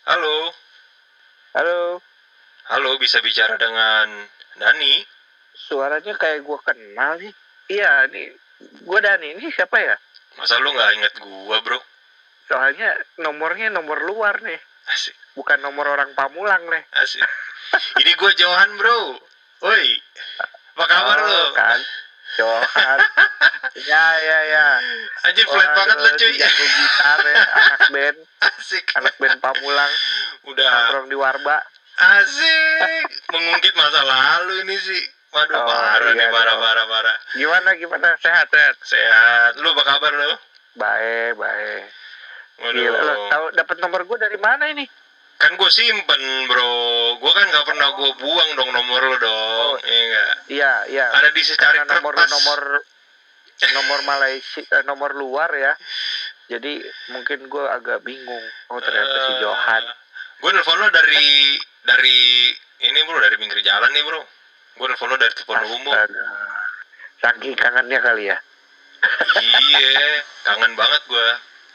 Halo, Halo, halo bisa bicara dengan Dani? suaranya kayak gue kenal nih. Iya, nih gue Dani. Ini siapa ya? Masa lu nggak inget gua bro? Soalnya nomornya nomor luar nih, Asik, bukan nomor orang Pamulang nih. asik. Ini gua Johan bro. Woi, apa kabar lo? Oh, kan, Johan. Ya. Anjir flat banget lo cuy. Jago gitar ya, Asik. anak band Pamulang, Udah nongkrong di Warba. asik. Mengungkit masa lalu ini sih. Waduh parah iya nih, parah, dong. parah, parah. Gimana? Sehat? Sehat. Lu apa kabar lo? Baik. Gila, lo Waduh. tahu dapat nomor gue dari mana ini? Kan gue simpen bro. Gue kan nggak pernah gue buang dong nomor lo dong. Iya nggak? Iya. Ada di secari Karena kertas. nomor Malaysia, nomor luar ya. Jadi mungkin gue agak bingung. Oh ternyata si Johan. Gue nelfon lo dari ini bro, dari pinggir jalan nih bro. Gue nelfon lo dari telepon umum. Saking kangennya kali ya. Iya, kangen banget gue.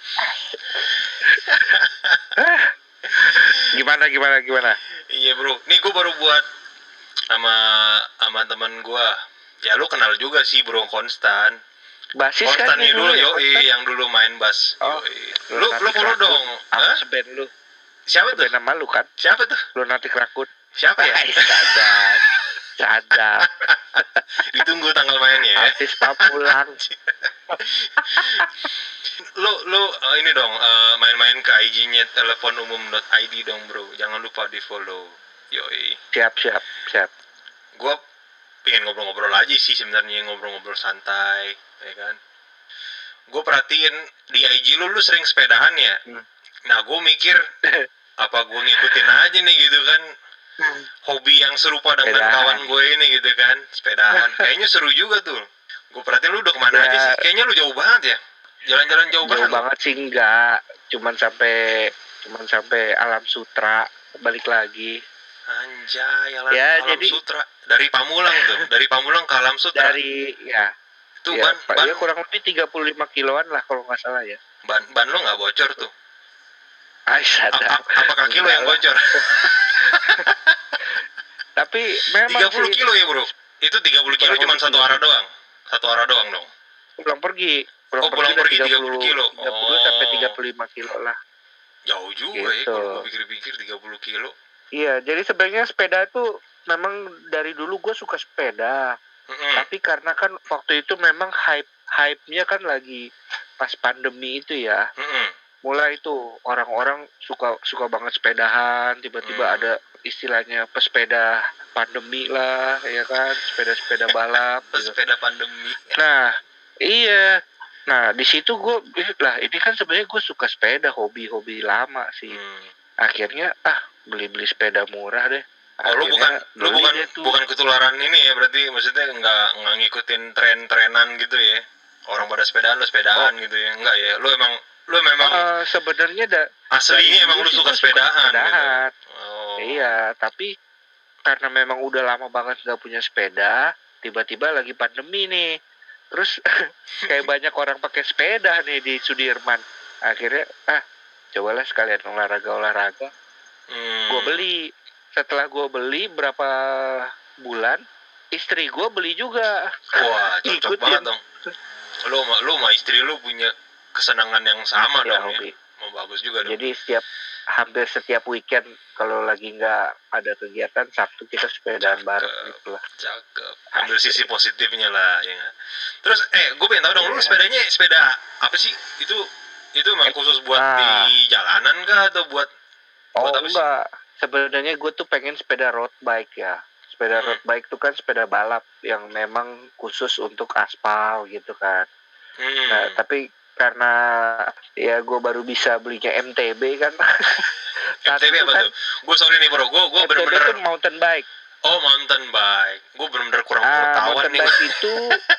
Gimana? Iya bro, nih gue baru buat sama teman gue. Ya lu kenal juga sih bro, Konstan. Basis Konstan kan nih dulu, ya, yoi, yang dulu main bass. Oh, Yoi. Lu follow dong. Hah? Seband lu. Siapa tuh? Seband nama lu kan? Siapa tuh? Lunatic Raccoon. Siapa ya? Sadar. Ditunggu tanggal mainnya ya. Artis Pamulang. Lu ini dong, main-main ke IG-nya teleponumum.id dong bro. Jangan lupa di follow. Yoi. Siap. Gue pengen ngobrol-ngobrol aja sih sebenarnya, ngobrol-ngobrol santai, ya kan. Gue perhatiin di IG lu sering sepedahan ya. Nah gue mikir apa gue ngikutin aja nih gitu kan, hobi yang serupa dengan kawan gue ini gitu kan, sepedahan. Kayaknya seru juga tuh. Gue perhatiin lu udah kemana aja sih? Kayaknya lu jauh banget ya. Jalan-jalan jauh banget sih enggak. Cuman sampai Alam Sutra, balik lagi. Anjay, Alam Sutra. Dari Pamulang tuh, dari Pamulang ke Alam Sutra. Tuh ban ya kurang lebih 35 kiloan lah kalau nggak salah ya. Ban lo nggak bocor tuh? Apa kaki lo yang bocor? Tapi memang 30 kilo ya bro? Itu 30 kilo cuma satu arah doang? Satu arah doang dong? Pulang pergi 30 kilo? 30 sampai 35 kilo lah. Jauh juga gitu. Ya kalau gue pikir-pikir 30 kilo. Iya, jadi sebenarnya sepeda itu memang dari dulu gue suka sepeda. Tapi karena kan waktu itu memang hype-nya kan lagi pas pandemi itu ya. Mulai itu orang-orang suka banget sepedahan, tiba-tiba ada istilahnya pesepeda pandemi lah, ya kan, sepeda balap. Pesepeda pandemi. Nah, iya. Nah, di situ gue lah, ini kan sebenarnya gue suka sepeda, hobi lama sih. Akhirnya beli sepeda murah deh. Lu bukan ketularan ini ya, berarti maksudnya nggak ngikutin tren-trenan gitu ya, orang pada sepedaan lu sepedaan gitu ya, enggak ya, lu memang sebenarnya aslinya emang lu suka sepedaan gitu. Iya, tapi karena memang udah lama banget nggak punya sepeda, tiba-tiba lagi pandemi nih, terus kayak banyak orang pakai sepeda nih di Sudirman, akhirnya cobalah sekalian olahraga. Gue beli. Setelah gue beli berapa bulan, istri gue beli juga. Wah, cocok banget dong. Lu sama istri lu punya kesenangan yang sama dong hobi. Ya. Mau bagus juga dong. Jadi hampir setiap weekend kalau lagi nggak ada kegiatan, Sabtu kita sepedaan bareng gitu lah. Cakep. Ambil sisi positifnya lah ya. Terus gue pengen tahu dong, lu sepedanya sepeda apa sih? Itu memang khusus buat di jalanan kah atau buat apa enggak. Sih? Sebenarnya gue tuh pengen sepeda road bike ya. Sepeda road bike tuh kan sepeda balap yang memang khusus untuk aspal gitu kan. Nah, tapi karena ya gue baru bisa belinya MTB kan. MTB apa tuh? Gue sorry nih bro, gue bener-bener itu mountain bike. Oh, mountain bike. Gue bener-bener kurang pengetahuan nih. Mountain bike itu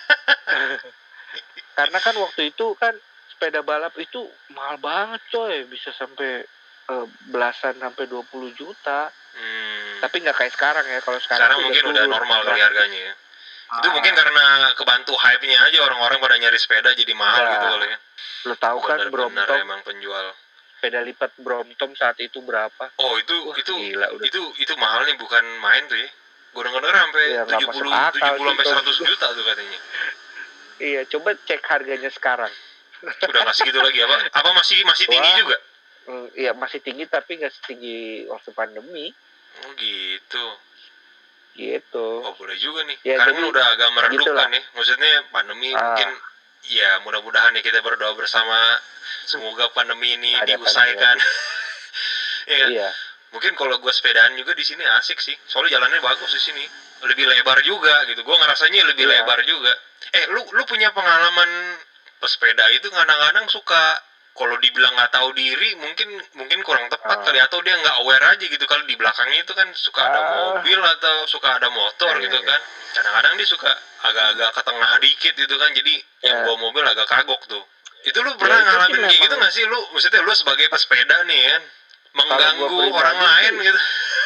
karena kan waktu itu kan sepeda balap itu mahal banget coy, bisa sampai belasan sampai 20 juta. Tapi nggak kayak sekarang ya. Kalau sekarang mungkin udah normal kali harganya ya. Itu mungkin karena kebantu hype-nya aja, orang-orang pada nyari sepeda jadi mahal gitu kali ya. Lo tahu kan Brompton emang penjual sepeda lipat Brompton saat itu berapa? Oh itu Wah, itu gila udah. itu mahalnya bukan main tuh ya. Gue denger sampai Ya, nggak 70 masuk akal 70 sampai sih, 100 juta tuh katanya. Iya, coba cek harganya sekarang. Udah nggak segitu lagi apa? Apa masih tinggi Wah, juga? Iya masih tinggi tapi nggak setinggi waktu pandemi. Oh gitu. Gitu. Oh boleh juga nih. Ya, Sekarang jadi, kan udah agak meredupkan gitulah. ya. Maksudnya pandemi Ah. mungkin ya mudah-mudahan ya kita berdoa bersama semoga pandemi ini Ada diusaikan. Ya, Iya. mungkin kalau gue sepedaan juga di sini asik sih. Soalnya jalannya bagus di sini. Lebih lebar juga gitu. Gue ngerasanya lebih Iya. lebar juga. Lu punya pengalaman pesepeda itu kadang-kadang suka kalau dibilang nggak tahu diri mungkin kurang tepat kali, atau dia nggak aware aja gitu. Kalau di belakangnya itu kan suka ada mobil atau suka ada motor gitu kan. Kadang-kadang dia suka agak-agak ke tengah dikit gitu kan. Jadi yang bawa mobil agak kagok tuh. Itu lu pernah ngalamin kayak gitu nggak sih? Lu maksudnya lu sebagai pesepeda nih kan mengganggu orang lain gitu.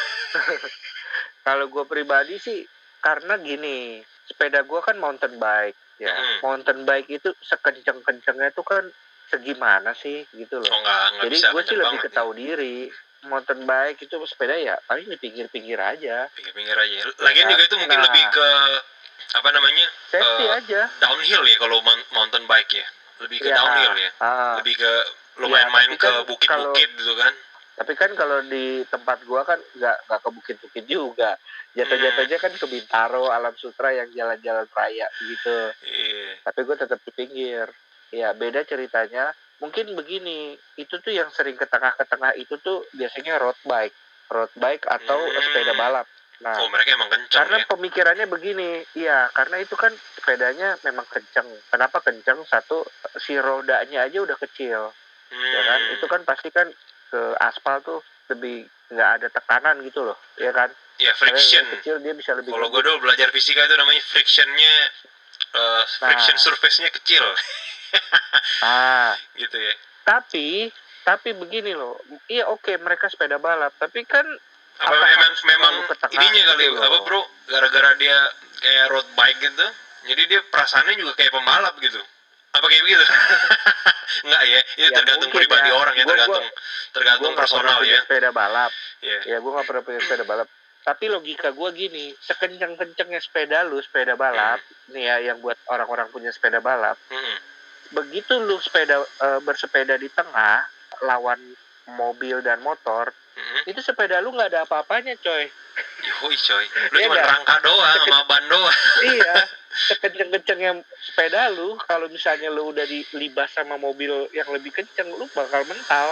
Kalau gue pribadi sih karena gini, sepeda gue kan mountain bike ya. Mountain bike itu sekenceng-kencengnya tuh kan segimana sih gitu loh. Jadi gue sih lebih ketahui diri. Mountain bike itu sepeda ya paling di pinggir-pinggir aja. Pinggir-pinggir aja. Lagian juga itu mungkin lebih ke apa namanya? Safety aja. Downhill ya kalau mountain bike ya. Lebih ke downhill ya. Lebih ke lumayan main ke bukit-bukit gitu kan. Tapi kan kalau di tempat gua kan nggak ke bukit-bukit juga. Jatuh-jatuhnya kan ke Bintaro, Alam Sutra yang jalan-jalan raya gitu. Iya. Tapi gua tetap di pinggir. Ya beda ceritanya. Mungkin begini, itu tuh yang sering ke tengah itu tuh biasanya road bike atau sepeda balap. Nah, mereka emang kenceng karena pemikirannya begini, iya, karena itu kan sepedanya memang kenceng. Kenapa kenceng? Satu, si rodanya aja udah kecil, ya kan? Itu kan pasti kan ke aspal tuh lebih nggak ada tekanan gitu loh, ya kan? Ya friction. Kecil dia bisa lebih. Kalau gue dulu belajar fisika itu namanya frictionnya, friction surface-nya kecil. Gitu ya. Tapi begini loh, iya oke, mereka sepeda balap, tapi kan memang ininya kali gitu apa bro, gara-gara dia kayak road bike gitu, jadi dia perasaannya juga kayak pembalap gitu. Apa kayak begitu? Enggak ya, itu tergantung pribadi orang ya, tergantung personal ya. Sepeda balap. Ya gue nggak pernah punya sepeda balap. Tapi logika gue gini, sekencang-kencangnya sepeda balap, nih ya yang buat orang-orang punya sepeda balap. Begitu lu bersepeda di tengah lawan mobil dan motor, itu sepeda lu nggak ada apa-apanya coy. Yoi coy, lu cuma rangka doang sama ban doang. Iya, sekenceng-kencengnya sepeda lu, kalau misalnya lu udah dilibas sama mobil yang lebih kenceng, lu bakal mental.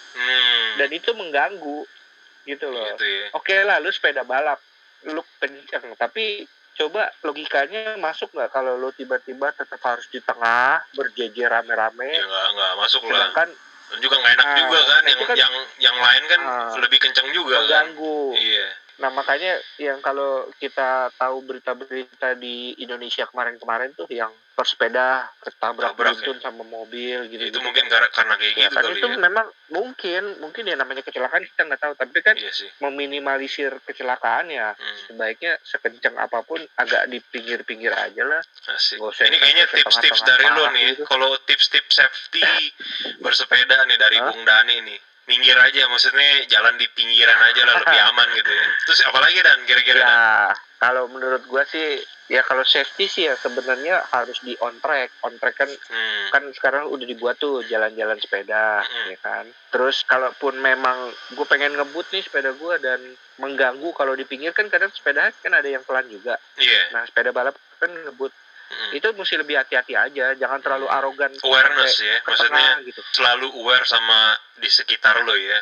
Dan itu mengganggu gitu loh. Gitu ya. Oke lah, lu sepeda balap, lu kenceng, tapi coba logikanya masuk nggak kalau lu tiba-tiba tetap harus di tengah berjejer rame-rame? Ya nggak masuk lah. Sedangkan juga nggak enak juga kan, yang lain kan lebih kenceng juga mengganggu. Kan. Iya. Nah makanya yang kalau kita tahu berita-berita di Indonesia kemarin-kemarin tuh yang bersepeda ketabrak beruntun sama mobil gitu. Itu mungkin karena kayak gitu kan kali itu ya. memang mungkin ya namanya kecelakaan kita nggak tahu, tapi kan meminimalisir kecelakaan ya sebaiknya sekencang apapun agak di pinggir-pinggir aja lah. Asik. Ini kayaknya tips-tips dari lo nih. Gitu. Kalau tips-tips safety bersepeda nih dari Bung Dani nih. Minggir aja, maksudnya jalan di pinggiran aja lah lebih aman gitu ya. Terus apalagi Dan kira-kira ya, kalau menurut gua sih ya kalau safety sih ya sebenarnya harus di on track kan kan sekarang udah dibuat tuh jalan-jalan sepeda ya kan. Terus kalaupun memang gue pengen ngebut nih sepeda gua dan mengganggu kalau di pinggir kan kadang sepeda kan ada yang pelan juga. Nah sepeda balap kan ngebut. Itu mesti lebih hati-hati aja, jangan terlalu arogan. Awareness ya, maksudnya gitu. Selalu aware sama di sekitar lo ya.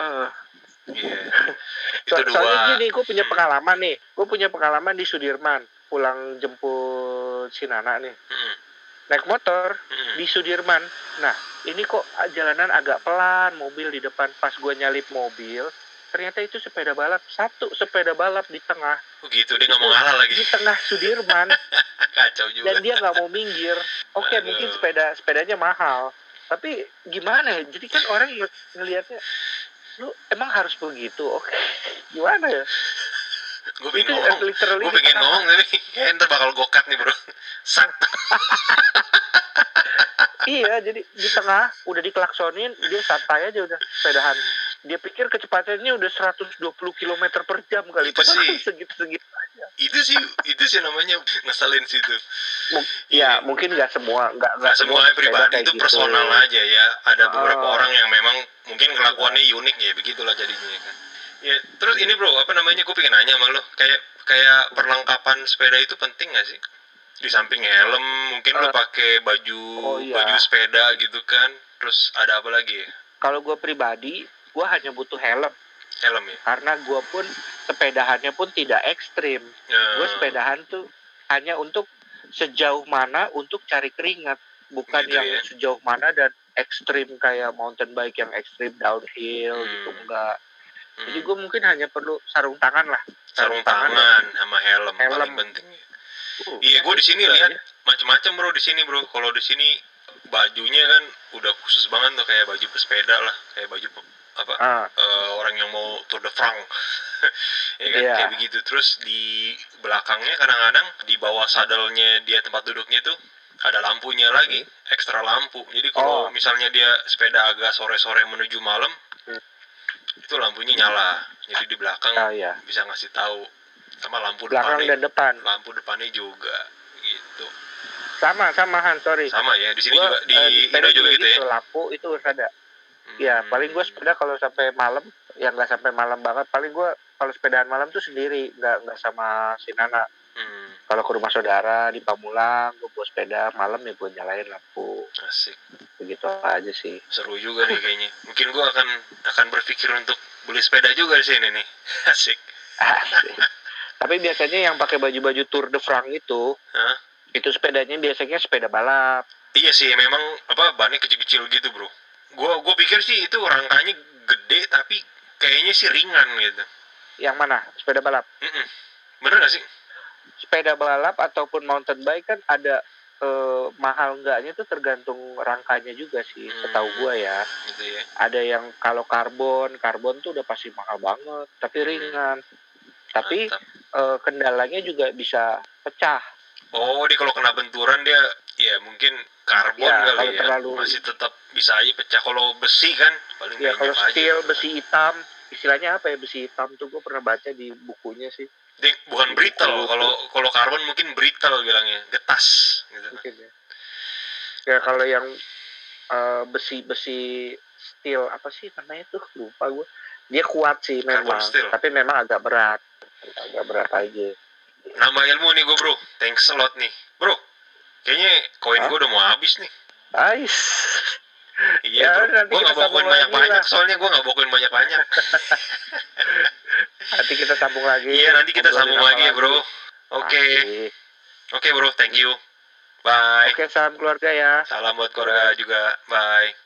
Itu soalnya gini, gue punya pengalaman nih. Gue punya pengalaman di Sudirman, pulang jemput si Nana nih. Naik motor di Sudirman. Nah, ini kok jalanan agak pelan, mobil di depan. Pas gue nyalip mobil, ternyata itu sepeda balap. Satu sepeda balap di tengah. Oh gitu, dia nggak mau ngalah lagi. Di tengah Sudirman. Kacau juga. Dan dia nggak mau minggir. Oke, mungkin sepedanya mahal. Tapi gimana ya? Jadi kan orang ngelihatnya, lu emang harus begitu? Oke, gimana ya? Gue pengen ngomong tapi kayaknya ntar bakal gokat nih bro. Sak. Iya, jadi di tengah udah diklaksonin, dia santai aja udah sepedahan. Dia pikir kecepatannya udah 120 km per jam kali, Itu padahal sih. segitu-segitu. Itu sih namanya ngeselin sih itu. Ya mungkin nggak semua, nggak semua pesepeda pribadi kayak itu gitu. personal aja ya. Ada beberapa Ah. orang yang memang mungkin kelakuannya unik ya, begitulah jadinya ya kan. Ya, terus ini bro, apa namanya, gue pengen nanya sama lo, kayak perlengkapan sepeda itu penting gak sih? Di samping helm, mungkin lo pakai baju baju sepeda gitu kan. Terus ada apa lagi ya? Kalau gue pribadi, gue hanya butuh helm. Helm ya? Karena gue pun sepedahannya pun tidak ekstrim. Gue sepedahan tuh hanya untuk sejauh mana untuk cari keringat, bukan Gitu yang ya? sejauh mana dan ekstrim kayak mountain bike yang ekstrim downhill gitu, enggak. Jadi gue mungkin hanya perlu sarung tangan lah. Sarung tangan sama helm paling penting. Iya, gue di sini lihat macam-macam bro di sini bro. Kalau di sini bajunya kan udah khusus banget tuh, kayak baju pesepeda lah, kayak baju orang yang mau Tour de France. Ya kan, kayak begitu. Terus di belakangnya kadang-kadang di bawah sadelnya dia tempat duduknya tuh ada lampunya lagi, ekstra lampu. Jadi kalau misalnya dia sepeda agak sore-sore menuju malam, itu lampunya nyala. Jadi di belakang bisa ngasih tahu, sama lampu depannya. Lampu depannya juga gitu. Sama Han, sorry. Sama ya, di sini juga di Indo juga gitu ya. Lampu itu harus ada. Ya, paling gue sepeda kalau sampai malam, ya nggak sampai malam banget. Paling gue kalau sepedaan malam tuh sendiri, nggak sama si Nana. Kalau ke rumah saudara di Pamulang, gue bawa sepeda malam ya gue nyalain lampu. Asik. Begitu aja sih. Seru juga nih kayaknya. Mungkin gue akan berpikir untuk beli sepeda juga di sini nih. Asik. Tapi biasanya yang pakai baju-baju Tour de France itu sepedanya biasanya sepeda balap. Iya sih, memang bannya kecil-kecil gitu bro. Gue pikir sih itu rangkanya gede tapi kayaknya sih ringan gitu. Yang mana? Sepeda balap? Bener gak sih? Sepeda balap ataupun mountain bike kan ada mahal enggaknya tuh tergantung rangkanya juga sih, setahu gue ya. Gitu ya. Ada yang kalau karbon tuh udah pasti mahal banget, tapi ringan. Tapi kendalanya juga bisa pecah. Oh, dia kalau kena benturan dia ya mungkin karbon kali ya. Masih tetap bisa aja pecah. Kalau besi kan paling ya, kalau steel aja, besi hitam, istilahnya apa ya, besi hitam tuh gue pernah baca di bukunya sih. Bukan brittle, kalau karbon mungkin brittle bilangnya, getas gitu. Mungkin ya kalau yang besi steel apa sih namanya tuh, lupa gue. Dia kuat sih memang, tapi memang agak berat aja. Nambah ilmu nih gue bro, thanks a lot nih bro. Kayaknya koin gue udah mau habis nih. Nice. Iya bro, gue gak bawa koin banyak-banyak, soalnya gue gak bawa koin banyak-banyak. Nanti kita sambung lagi. Iya, nanti kita sambung lagi ya bro. Oke bro, thank you. Bye. Oke, salam keluarga ya. Salam buat keluarga juga, bye.